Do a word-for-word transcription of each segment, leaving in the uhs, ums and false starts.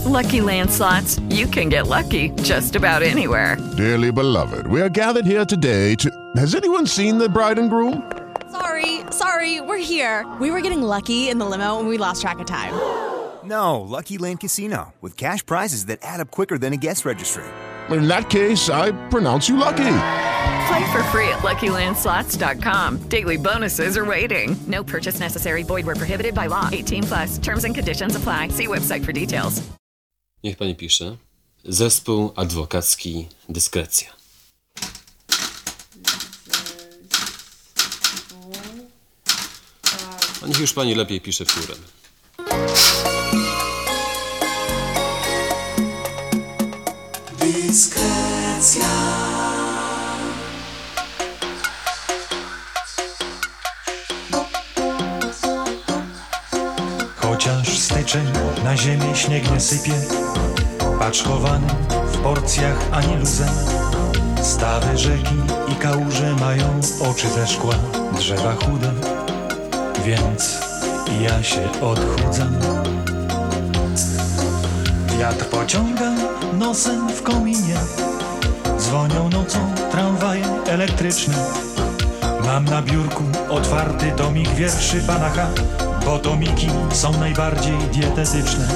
Lucky Land Slots, you can get lucky just about anywhere. Dearly beloved, we are gathered here today to... Has anyone seen the bride and groom? Sorry, sorry, we're here. We were getting lucky in the limo and we lost track of time. No, Lucky Land Casino, with cash prizes that add up quicker than a guest registry. In that case, I pronounce you lucky. Play for free at Lucky Land Slots dot com. Daily bonuses are waiting. No purchase necessary. Void where prohibited by law. eighteen plus. Terms and conditions apply. See website for details. Niech pani pisze. Zespół adwokacki Dyskrecja. A niech już pani lepiej pisze piórem. Dyskrecja. Chociaż styczeń na ziemię śnieg nie sypie, patrz chowany w porcjach ani luzem. Stawy rzeki i kałuże mają oczy ze szkła, drzewa chude, więc ja się odchudzam. Wiatr pociąga nosem w kominie, dzwonią nocą tramwaje elektryczne. Mam na biurku otwarty tomik wierszy pana H, bo tomiki są najbardziej dietetyczne.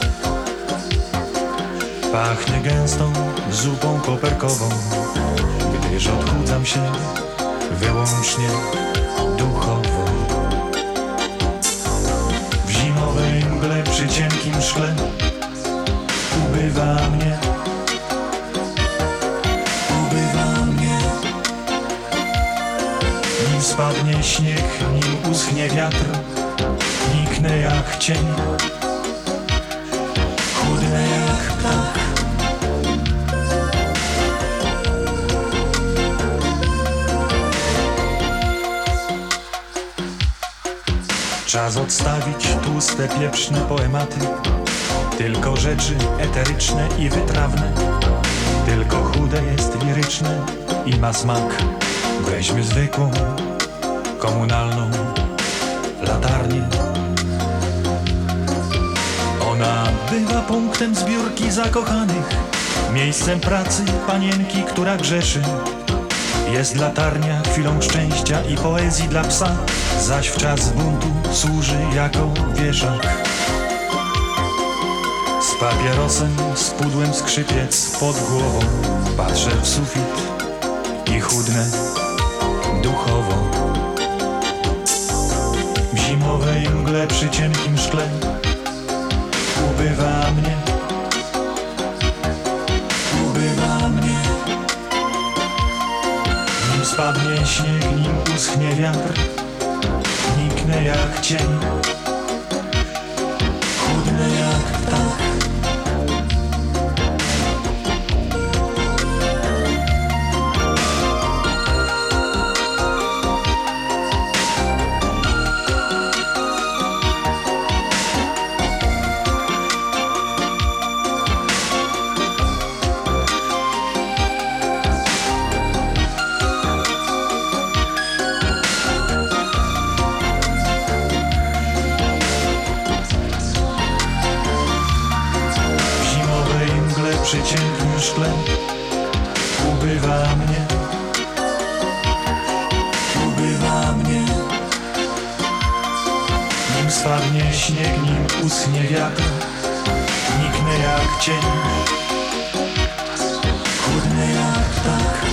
Pachnie gęstą zupą koperkową, gdyż odchudzam się wyłącznie duchowo. W zimowej mgle przy cienkim szkle ubywa mnie, ubywa mnie. Nim spadnie śnieg, nim uschnie wiatr, niknę jak cień, chudnę jak ptak. Czas odstawić tłuste, pieprzne poematy, tylko rzeczy eteryczne i wytrawne. Tylko chude jest liryczne i ma smak. Weźmy zwykłą, komunalną latarnię. Ona bywa punktem zbiórki zakochanych, miejscem pracy panienki, która grzeszy. Jest latarnia chwilą szczęścia i poezji dla psa, zaś w czas buntu służy jako wieszak. Z papierosem, z pudłem skrzypiec pod głową, patrzę w sufit i chudnę duchowo. W zimowej mgle przy cienkim szkle ubywa mnie, ubywa mnie. Nim spadnie śnieg, nim uschnie wiatr, niknę jak cień, chudnę jak ptak. Przy cienkim szkle ubywa mnie, ubywa mnie. Nim spadnie śnieg, nim uschnie wiatr, niknę jak cień, chudnę jak ptak.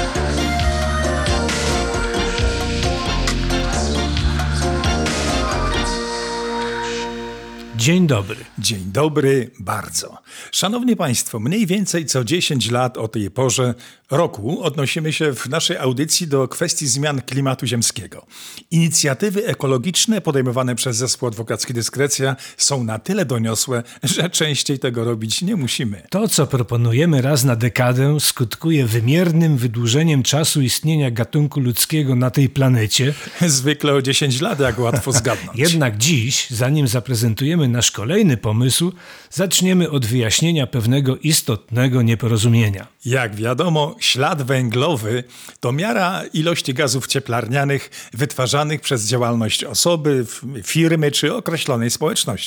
Dzień dobry. Dzień dobry bardzo. Szanowni Państwo, mniej więcej co dziesięć lat o tej porze roku odnosimy się w naszej audycji do kwestii zmian klimatu ziemskiego. Inicjatywy ekologiczne podejmowane przez Zespół Adwokacki Dyskrecja są na tyle doniosłe, że częściej tego robić nie musimy. To, co proponujemy raz na dekadę, skutkuje wymiernym wydłużeniem czasu istnienia gatunku ludzkiego na tej planecie. Zwykle o dziesięć lat, jak łatwo zgadnąć. Jednak dziś, zanim zaprezentujemy nasz kolejny pomysł, zaczniemy od wyjaśnienia pewnego istotnego nieporozumienia. Jak wiadomo, ślad węglowy to miara ilości gazów cieplarnianych wytwarzanych przez działalność osoby, firmy czy określonej społeczności.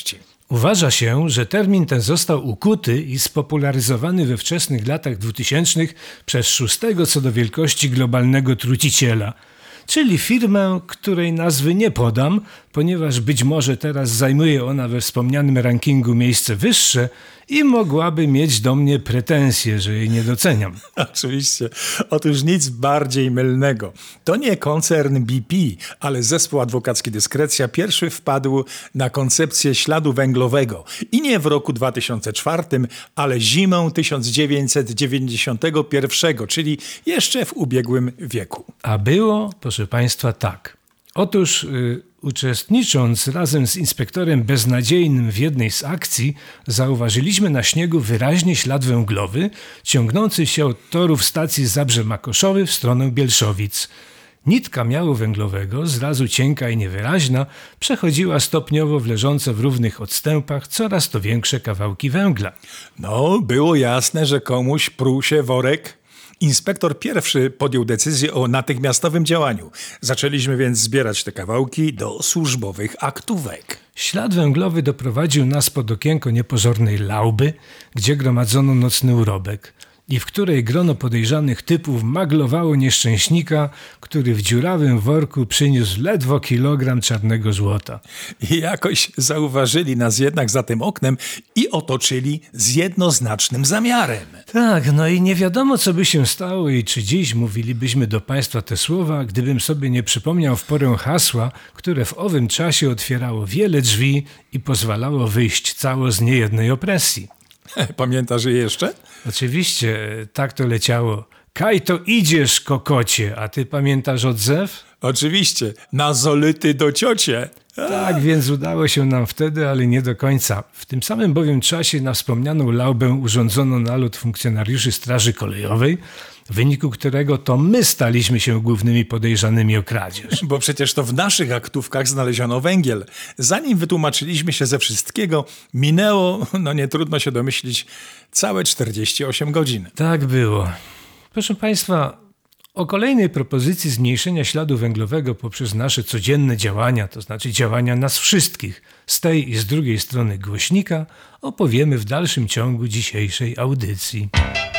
Uważa się, że termin ten został ukuty i spopularyzowany we wczesnych latach dwutysięcznych przez szóstego co do wielkości globalnego truciciela, czyli firmę, której nazwy nie podam, ponieważ być może teraz zajmuje ona we wspomnianym rankingu miejsce wyższe i mogłaby mieć do mnie pretensje, że jej nie doceniam. Oczywiście. Otóż nic bardziej mylnego. To nie koncern B P, ale zespół adwokacki Dyskrecja pierwszy wpadł na koncepcję śladu węglowego. I nie w roku dwa tysiące czwartym, ale zimą tysiąc dziewięćset dziewięćdziesiątego pierwszego, czyli jeszcze w ubiegłym wieku. A było, proszę Państwa, tak. Otóż y, uczestnicząc razem z inspektorem beznadziejnym w jednej z akcji, zauważyliśmy na śniegu wyraźnie ślad węglowy ciągnący się od torów stacji Zabrze-Makoszowy w stronę Bielszowic. Nitka miału węglowego, zrazu cienka i niewyraźna, przechodziła stopniowo w leżące w równych odstępach coraz to większe kawałki węgla. No, było jasne, że komuś pruł się worek. Inspektor pierwszy podjął decyzję o natychmiastowym działaniu. Zaczęliśmy więc zbierać te kawałki do służbowych aktówek. Ślad węglowy doprowadził nas pod okienko niepozornej lauby, gdzie gromadzono nocny urobek i w której grono podejrzanych typów maglowało nieszczęśnika, który w dziurawym worku przyniósł ledwo kilogram czarnego złota. I jakoś zauważyli nas jednak za tym oknem i otoczyli z jednoznacznym zamiarem. Tak, no i nie wiadomo, co by się stało i czy dziś mówilibyśmy do Państwa te słowa, gdybym sobie nie przypomniał w porę hasła, które w owym czasie otwierało wiele drzwi i pozwalało wyjść cało z niejednej opresji. Pamiętasz je jeszcze? Oczywiście, tak to leciało. Kaj to idziesz, kokocie, a ty pamiętasz odzew? Oczywiście, na zolity do ciocie. Tak, więc udało się nam wtedy, ale nie do końca. W tym samym bowiem czasie na wspomnianą laubę urządzono nalot funkcjonariuszy Straży Kolejowej, w wyniku którego to my staliśmy się głównymi podejrzanymi o kradzież. Bo przecież to w naszych aktówkach znaleziono węgiel. Zanim wytłumaczyliśmy się ze wszystkiego, minęło, no nie trudno się domyślić, całe czterdzieści osiem godzin. Tak było. Proszę Państwa, o kolejnej propozycji zmniejszenia śladu węglowego poprzez nasze codzienne działania, to znaczy działania nas wszystkich, z tej i z drugiej strony głośnika, opowiemy w dalszym ciągu dzisiejszej audycji.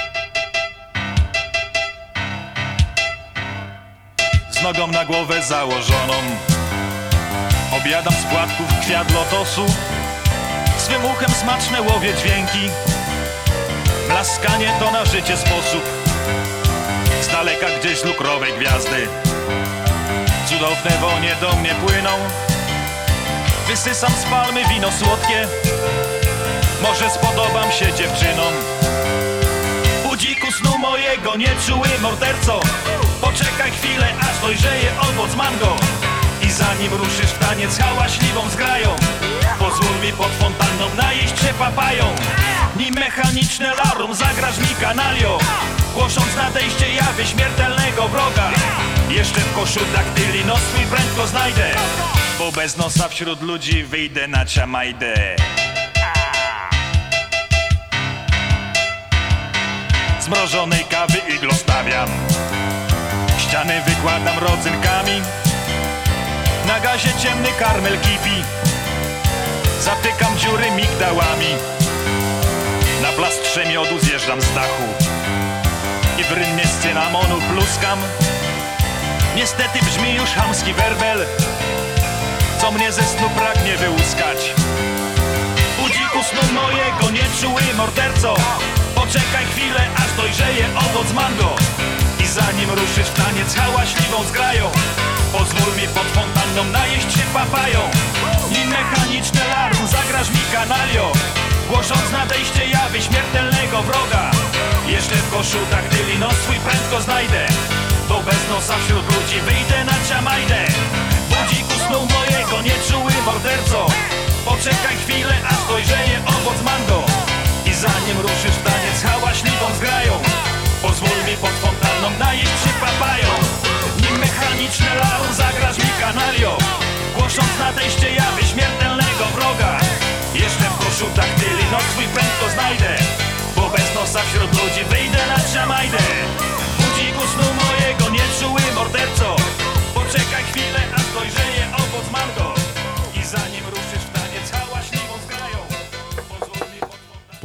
Z nogą na głowę założoną obiadam z płatków kwiat lotosu. Swym uchem smaczne łowię dźwięki. Blaskanie to na życie sposób. Z daleka gdzieś lukrowe gwiazdy. Cudowne wonie do mnie płyną. Wysysam z palmy wino słodkie. Może spodobam się dziewczynom. Budziku snu mojego nieczuły morderco, poczekaj chwilę, aż dojrzeje owoc mango. I zanim ruszysz w taniec hałaśliwą zgrają, pozwól mi pod fontanną najeść się papają. Nim mechaniczne larum zagrasz mi kanalio, głosząc nadejście jawy śmiertelnego wroga. Jeszcze w koszu daktyli nos swój prędko znajdę, bo bez nosa wśród ludzi wyjdę na Jamajdę. Zmrożonej kawy iglo stawiam, ściany wykładam rodzynkami. Na gazie ciemny karmel kipi, zatykam dziury migdałami. Na plastrze miodu zjeżdżam z dachu i w rynnie z cynamonu pluskam. Niestety brzmi już chamski werbel, co mnie ze snu pragnie wyłuskać. Budziku snu mojego nieczuły morderco, poczekaj chwilę, aż dojrzeje owoc mango. I zanim ruszysz w taniec hałaśliwą zgrają, pozwól mi pod fontanną najeść się papają. Nim mechaniczne larum zagrasz mi kanalio, głosząc nadejście jawy śmiertelnego wroga. Jeszcze w koszu daktyli nos swój prędko znajdę, bo bez nosa wśród ludzi wyjdę na Jamajdę. Budziku snu mojego nieczuły morderco, poczekaj chwilę, aż dojrzeje owoc mango. I zanim ruszysz w taniec hałaśliwą zgrają, pozwól mi pod fontanną najeść się papają. Nim mechaniczne larum zagrasz mi kanalio, głosząc nadejście jawy śmiertelnego wroga. Jeszcze w koszu daktyli noc swój prędko znajdę, bo bez nosa wśród ludzi wyjdę na Jamajdę. Budziku snu mojego nieczuły morderco, poczekaj chwilę, aż dojrzeje owoc mango. I zanim ruszysz w taniec hałaśliwą zgrają,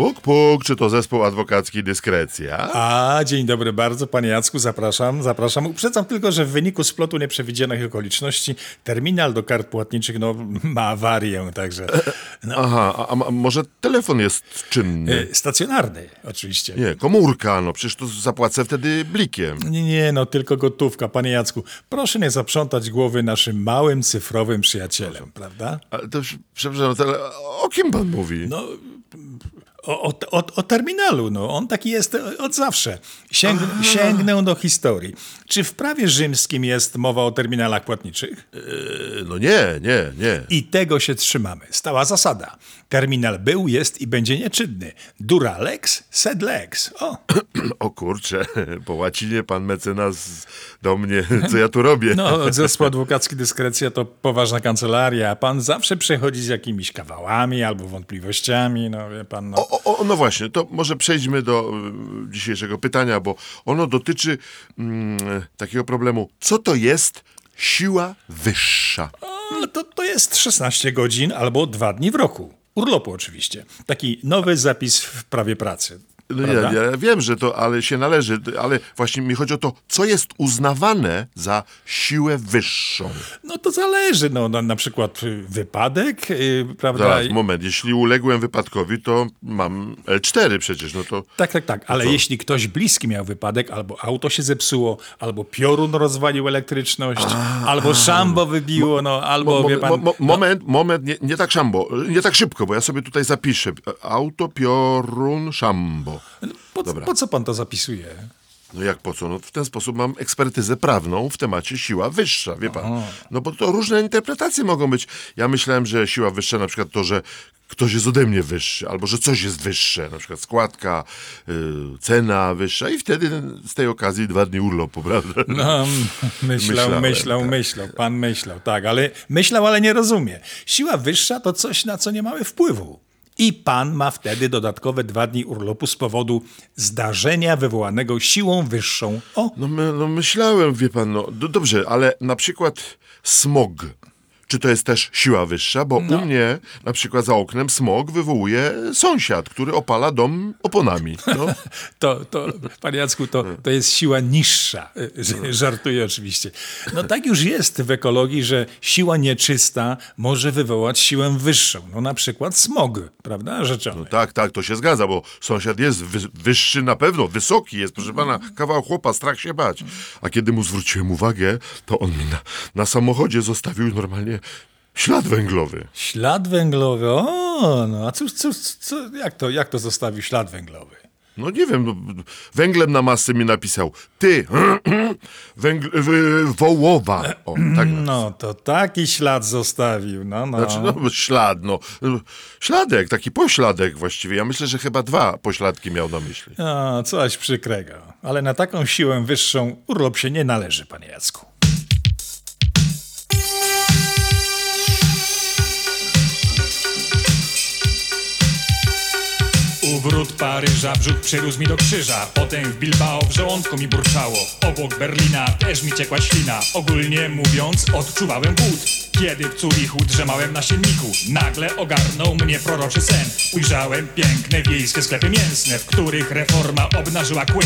Puk, puk, czy to zespół adwokacki Dyskrecja? A, dzień dobry bardzo, panie Jacku, zapraszam, zapraszam. Uprzedzam tylko, że w wyniku splotu nieprzewidzianych okoliczności terminal do kart płatniczych no, ma awarię, także... No. Aha, a, a może telefon jest czynny? E, stacjonarny, oczywiście. Nie, komórka, no przecież to zapłacę wtedy blikiem. Nie, nie, no tylko gotówka, panie Jacku. Proszę nie zaprzątać głowy naszym małym, cyfrowym przyjacielem, prawda? Ale to, przepraszam, ale o kim pan mówi? No... O, o, o, o terminalu, no. On taki jest od zawsze. Sięg, sięgnę do historii. Czy w prawie rzymskim jest mowa o terminalach płatniczych? Yy, no nie, nie, nie. I tego się trzymamy. Stała zasada. Terminal był, jest i będzie nieczynny. Dura lex, sed lex. O, O kurczę, po łacinie pan mecenas do mnie, co ja tu robię. no, zespół adwokacki Dyskrecja to poważna kancelaria, a pan zawsze przychodzi z jakimiś kawałami albo wątpliwościami, no wie pan, no. O, o, no właśnie, to może przejdźmy do y, dzisiejszego pytania, bo ono dotyczy mm, takiego problemu. Co to jest siła wyższa? No, to, to jest szesnaście godzin albo dwa dni w roku. Urlopu oczywiście. Taki nowy zapis w prawie pracy. No ja, ja wiem, że to ale się należy, ale właśnie mi chodzi o to, co jest uznawane za siłę wyższą. No to zależy, no na, na przykład y, wypadek, yy, prawda? Zaraz, moment, jeśli uległem wypadkowi, to mam L cztery przecież, no to... Tak, tak, tak, ale co? jeśli ktoś bliski miał wypadek, albo auto się zepsuło, albo piorun rozwalił elektryczność, a, albo a, szambo wybiło, no albo mo, wie pan... Mo, mo, moment, no. moment, nie, nie tak szambo, nie tak szybko, bo ja sobie tutaj zapiszę. Auto, piorun, szambo. Po, po co pan to zapisuje? No jak po co? No w ten sposób mam ekspertyzę prawną w temacie siła wyższa, wie pan. Aha. No bo to różne interpretacje mogą być. Ja myślałem, że siła wyższa na przykład to, że ktoś jest ode mnie wyższy, albo że coś jest wyższe, na przykład składka, yy, cena wyższa i wtedy z tej okazji dwa dni urlopu, prawda? No, myślał, Myślałem, myślał, tak. myślał, pan myślał, tak, ale myślał, ale nie rozumie. Siła wyższa to coś, na co nie mamy wpływu. I pan ma wtedy dodatkowe dwa dni urlopu z powodu zdarzenia wywołanego siłą wyższą. O! No, my, no myślałem, wie pan, no do, dobrze, ale na przykład smog. Czy to jest też siła wyższa? Bo No. u mnie na przykład za oknem smog wywołuje sąsiad, który opala dom oponami. No. To, to, panie Jacku, to, to jest siła niższa. Żartuję oczywiście. No tak już jest w ekologii, że siła nieczysta może wywołać siłę wyższą. No na przykład smog, prawda? Rzeczony. No tak, tak, to się zgadza, bo sąsiad jest wy, wyższy na pewno, wysoki jest, proszę pana, kawał chłopa, strach się bać. A kiedy mu zwróciłem uwagę, to on mi na, na samochodzie zostawił normalnie ślad węglowy. Ślad węglowy, o, no a cóż, cóż, co, jak, to, jak to zostawił ślad węglowy? No nie wiem, no, węglem na masce mi napisał, ty, węgl, w, Wołowa. O, tak no to taki ślad zostawił, no, no. Znaczy, no ślad, no. Śladek, taki pośladek właściwie. Ja myślę, że chyba dwa pośladki miał na myśli. No, coś przykrego. Ale na taką siłę wyższą urlop się nie należy, panie Jacku. Wrót Paryża, brzuch przyrósł mi do krzyża. Potem w Bilbao w żołądku mi burczało. Obok Berlina też mi ciekła ślina. Ogólnie mówiąc odczuwałem głód. Kiedy w Zurichu drzemałem na silniku, nagle ogarnął mnie proroczy sen. Ujrzałem piękne wiejskie sklepy mięsne, w których reforma obnażyła kły.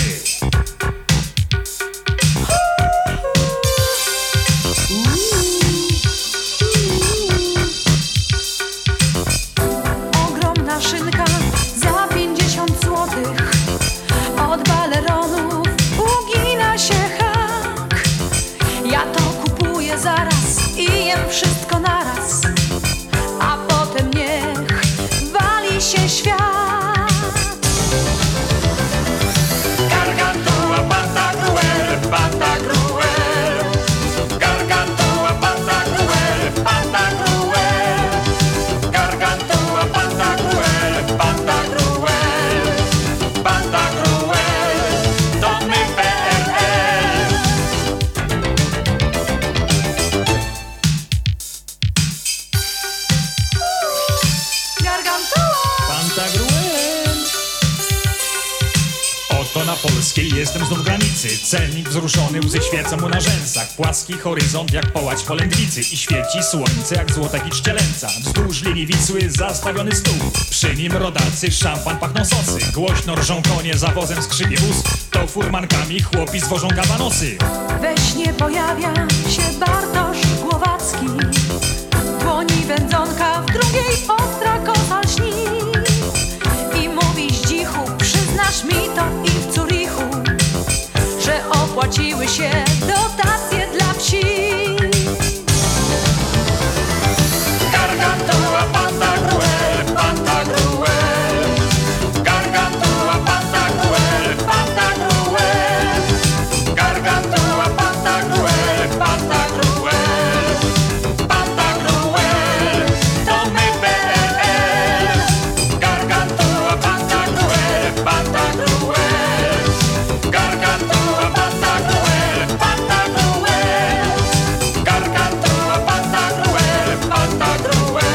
Ogromna szynka za pięćdziesiąt złotych. Od baleronów ugina się hak. Ja to kupuję zaraz i jem wszystko naraz. A potem niech wali się świat. Gargantua. polskiej, jestem znów w granicy. Celnik wzruszony, łzy świecą mu na rzęsach. Płaski horyzont jak połać polędwicy i świeci słońce jak złota kicz cielęca. Wzdłuż linii Wisły zastawiony stół, przy nim rodacy, szampan, pachną sosy. Głośno rżą konie, za wozem skrzydnie wóz, to furmankami chłopi zwożą kabanosy. We śnie pojawia się Bartosz Głowacki, dłoni wędzonka, w drugiej ostra kosa lśni. I mówi Zdzichu, przyznasz mi to i w Zurichu, że opłaciły się dotacje dla wsi. Gargantua Pantagruel, Pantagruel, Gargantua Pantagruel, Pantagruel, Gargantua Pantagruel, Pantagruel, Pantagruel, to my P R L. Gargantua Pantagruel, Pantagruel, Gargantua Pantagruel, Pantagruel, Gargantua Pantagruel, Pantagruel,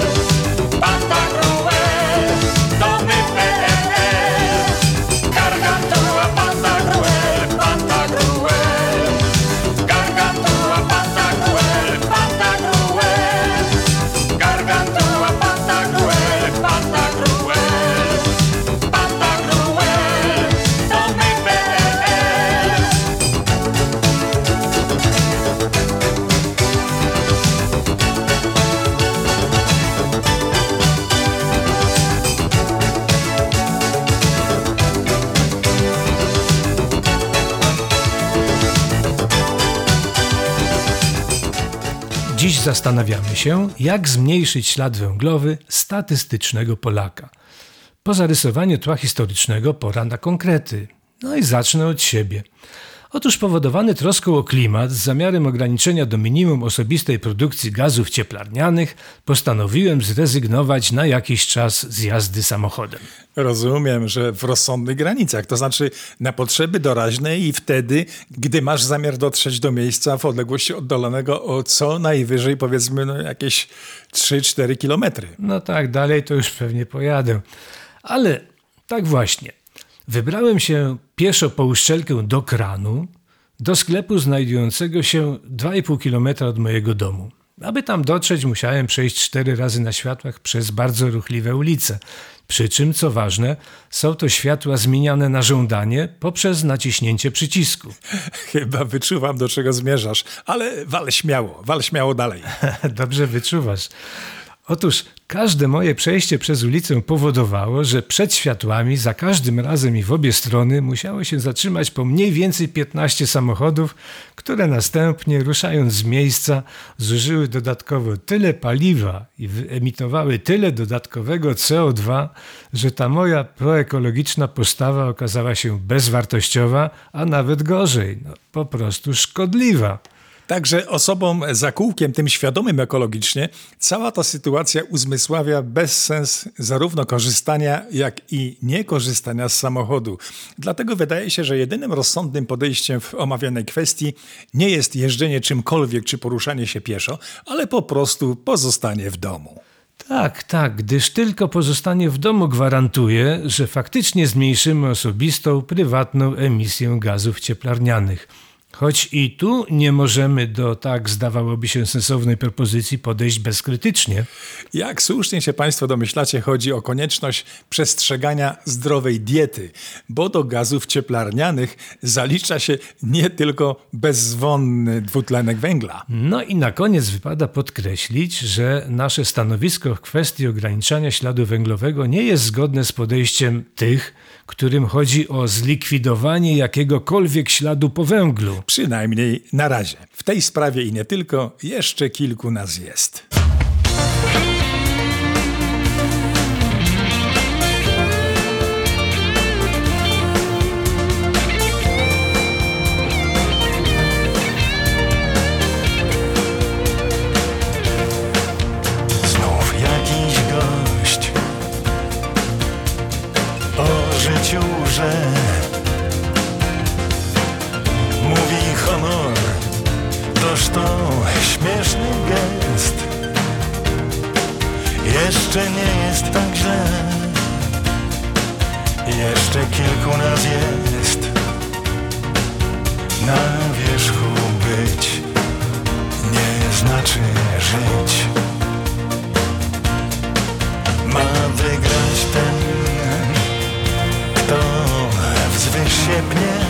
Pantagruel, to my P R L. Gargantua Pantagruel, Pantagruel, Gargantua Pantagruel, Pantagruel, Gargantua Pantagruel, Pantagruel, Pantagruel, to my P R L. Dziś zastanawiamy się, jak zmniejszyć ślad węglowy statystycznego Polaka. Po zarysowaniu tła historycznego pora na konkrety. No i zacznę od siebie. Otóż powodowany troską o klimat z zamiarem ograniczenia do minimum osobistej produkcji gazów cieplarnianych postanowiłem zrezygnować na jakiś czas z jazdy samochodem. Rozumiem, że w rozsądnych granicach, to znaczy na potrzeby doraźne i wtedy, gdy masz zamiar dotrzeć do miejsca w odległości oddalonego o co najwyżej powiedzmy no, jakieś trzy cztery kilometry. No tak, dalej to już pewnie pojadę. Ale tak właśnie. Wybrałem się pieszo po uszczelkę do kranu, do sklepu znajdującego się dwa i pół kilometra od mojego domu. Aby tam dotrzeć, musiałem przejść cztery razy na światłach przez bardzo ruchliwe ulice. Przy czym, co ważne, są to światła zmieniane na żądanie poprzez naciśnięcie przycisku. Chyba wyczuwam, do czego zmierzasz, ale wal śmiało, wal śmiało dalej. Dobrze wyczuwasz. Otóż każde moje przejście przez ulicę powodowało, że przed światłami za każdym razem i w obie strony musiało się zatrzymać po mniej więcej piętnaście samochodów, które następnie, ruszając z miejsca, zużyły dodatkowo tyle paliwa i wyemitowały tyle dodatkowego C O dwa, że ta moja proekologiczna postawa okazała się bezwartościowa, a nawet gorzej, no, po prostu szkodliwa. Także osobom za kółkiem, tym świadomym ekologicznie, cała ta sytuacja uzmysławia bezsens zarówno korzystania, jak i niekorzystania z samochodu. Dlatego wydaje się, że jedynym rozsądnym podejściem w omawianej kwestii nie jest jeżdżenie czymkolwiek czy poruszanie się pieszo, ale po prostu pozostanie w domu. Tak, tak, gdyż tylko pozostanie w domu gwarantuje, że faktycznie zmniejszymy osobistą, prywatną emisję gazów cieplarnianych. Choć i tu nie możemy do, tak zdawałoby się, sensownej propozycji podejść bezkrytycznie. Jak słusznie się Państwo domyślacie, chodzi o konieczność przestrzegania zdrowej diety, bo do gazów cieplarnianych zalicza się nie tylko bezzwonny dwutlenek węgla. No i na koniec wypada podkreślić, że nasze stanowisko w kwestii ograniczania śladu węglowego nie jest zgodne z podejściem tych, którym chodzi o zlikwidowanie jakiegokolwiek śladu po węglu. Przynajmniej na razie. W tej sprawie i nie tylko, jeszcze kilku nas jest. Znów jakiś gość o życiu, że mówi honor, toż to śmieszny gest. Jeszcze nie jest tak źle, jeszcze kilku nas jest. Na wierzchu być nie znaczy żyć. Ma wygrać ten, kto wzwyż się pnie.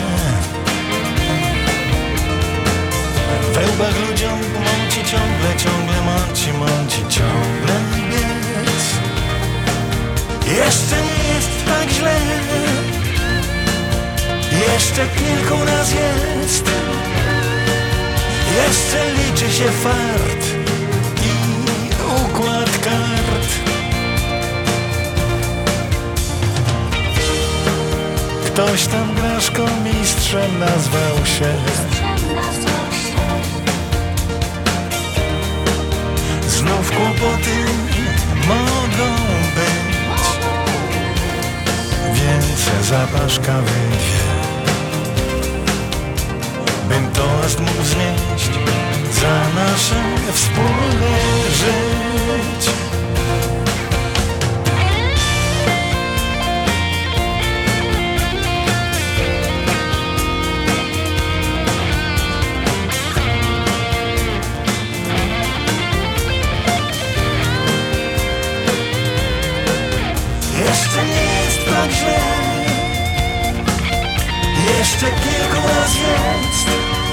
We łbach ludziom mąci ciągle, ciągle mąci, mąci, ciągle biec. Jeszcze nie jest tak źle, jeszcze kilku nas jest. Jeszcze liczy się fart i układ kart. Ktoś tam graszką mistrzem nazwał się. Znów kłopoty mogą być, więc zapaszkawy wie, bym toast mógł znieść, za nasze wspólne żyć. Jeszcze nie jest tak źle, jeszcze kilku raz jest.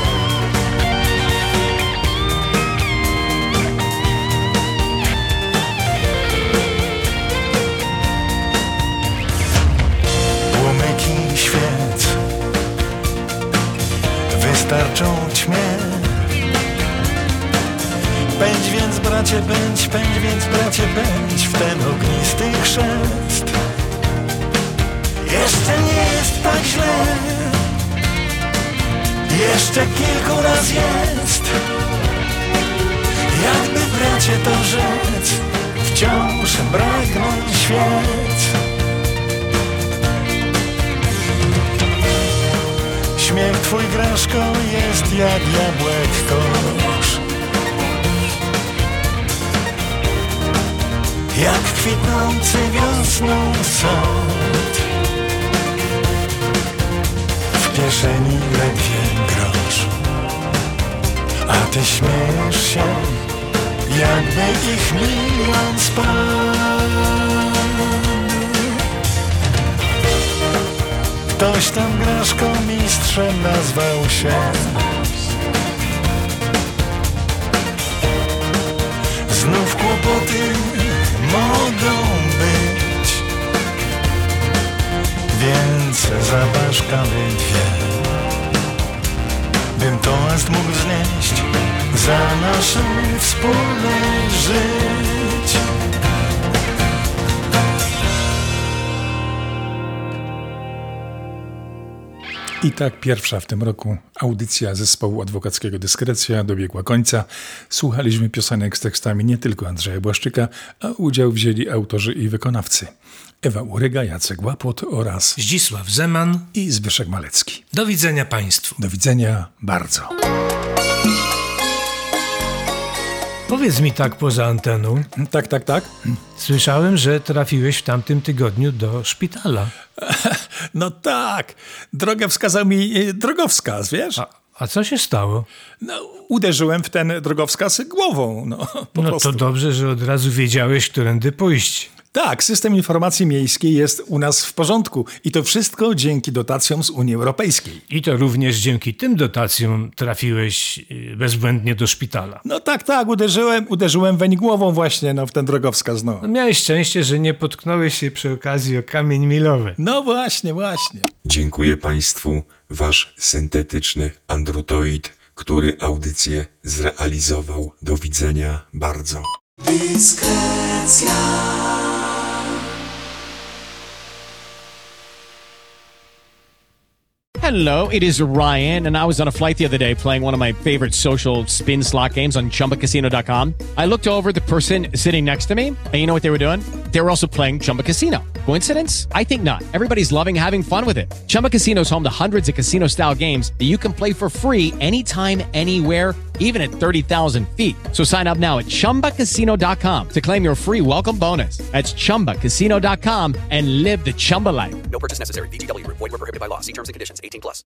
Płomyki świec wystarczą ćmie. Pędź więc bracie, pędź, pędź więc bracie, pędź w ten ognisty chrzest. Jeszcze nie jest tak źle, jeszcze kilku raz jest. Jakby bracie to rzec, wciąż brakną świec. Śmiech twój graszko jest jak jabłek kosz, jak kwitnący wiosną sąd. W kieszeni ledwie grosz, a ty śmiejesz się, jakby ich milion spadł. Ktoś tam graszką mistrzem nazwał się. Znów kłopoty mogą być, więc zapaszkawy dwie, bym toast mógł wznieść, za nasze wspólne żyć. I tak pierwsza w tym roku audycja zespołu adwokackiego Dyskrecja dobiegła końca. Słuchaliśmy piosenek z tekstami nie tylko Andrzeja Błaszczyka, a udział wzięli autorzy i wykonawcy. Ewa Uryga, Jacek Łapot oraz Zdzisław Zeman i Zbyszek Malecki. Do widzenia Państwu. Do widzenia bardzo. Powiedz mi tak poza anteną. Tak, tak, tak. Słyszałem, że trafiłeś w tamtym tygodniu do szpitala. No tak. Drogę wskazał mi drogowskaz, wiesz? A, a co się stało? No, uderzyłem w ten drogowskaz głową. No, po no prostu. To dobrze, że od razu wiedziałeś, którędy pójść. Tak, system informacji miejskiej jest u nas w porządku i to wszystko dzięki dotacjom z Unii Europejskiej. I to również dzięki tym dotacjom trafiłeś bezbłędnie do szpitala. No tak, tak, uderzyłem, uderzyłem weń głową właśnie no, w ten drogowskaz. No. No miałeś szczęście, że nie potknąłeś się przy okazji o kamień milowy. No właśnie, właśnie. Dziękuję Państwu, Wasz syntetyczny androtoid, który audycję zrealizował. Do widzenia bardzo. Dyskrecja. Hello, it is Ryan, and I was on a flight the other day playing one of my favorite social spin slot games on Chumba Casino dot com. I looked over at the person sitting next to me, and you know what they were doing? They were also playing Chumba Casino. Coincidence? I think not. Everybody's loving having fun with it. Chumba Casino is home to hundreds of casino-style games that you can play for free anytime, anywhere, even at thirty thousand feet. So sign up now at Chumba Casino dot com to claim your free welcome bonus. That's Chumba Casino dot com and live the Chumba life. No purchase necessary. V G W. Void where prohibited by law. See terms and conditions. eighteen plus.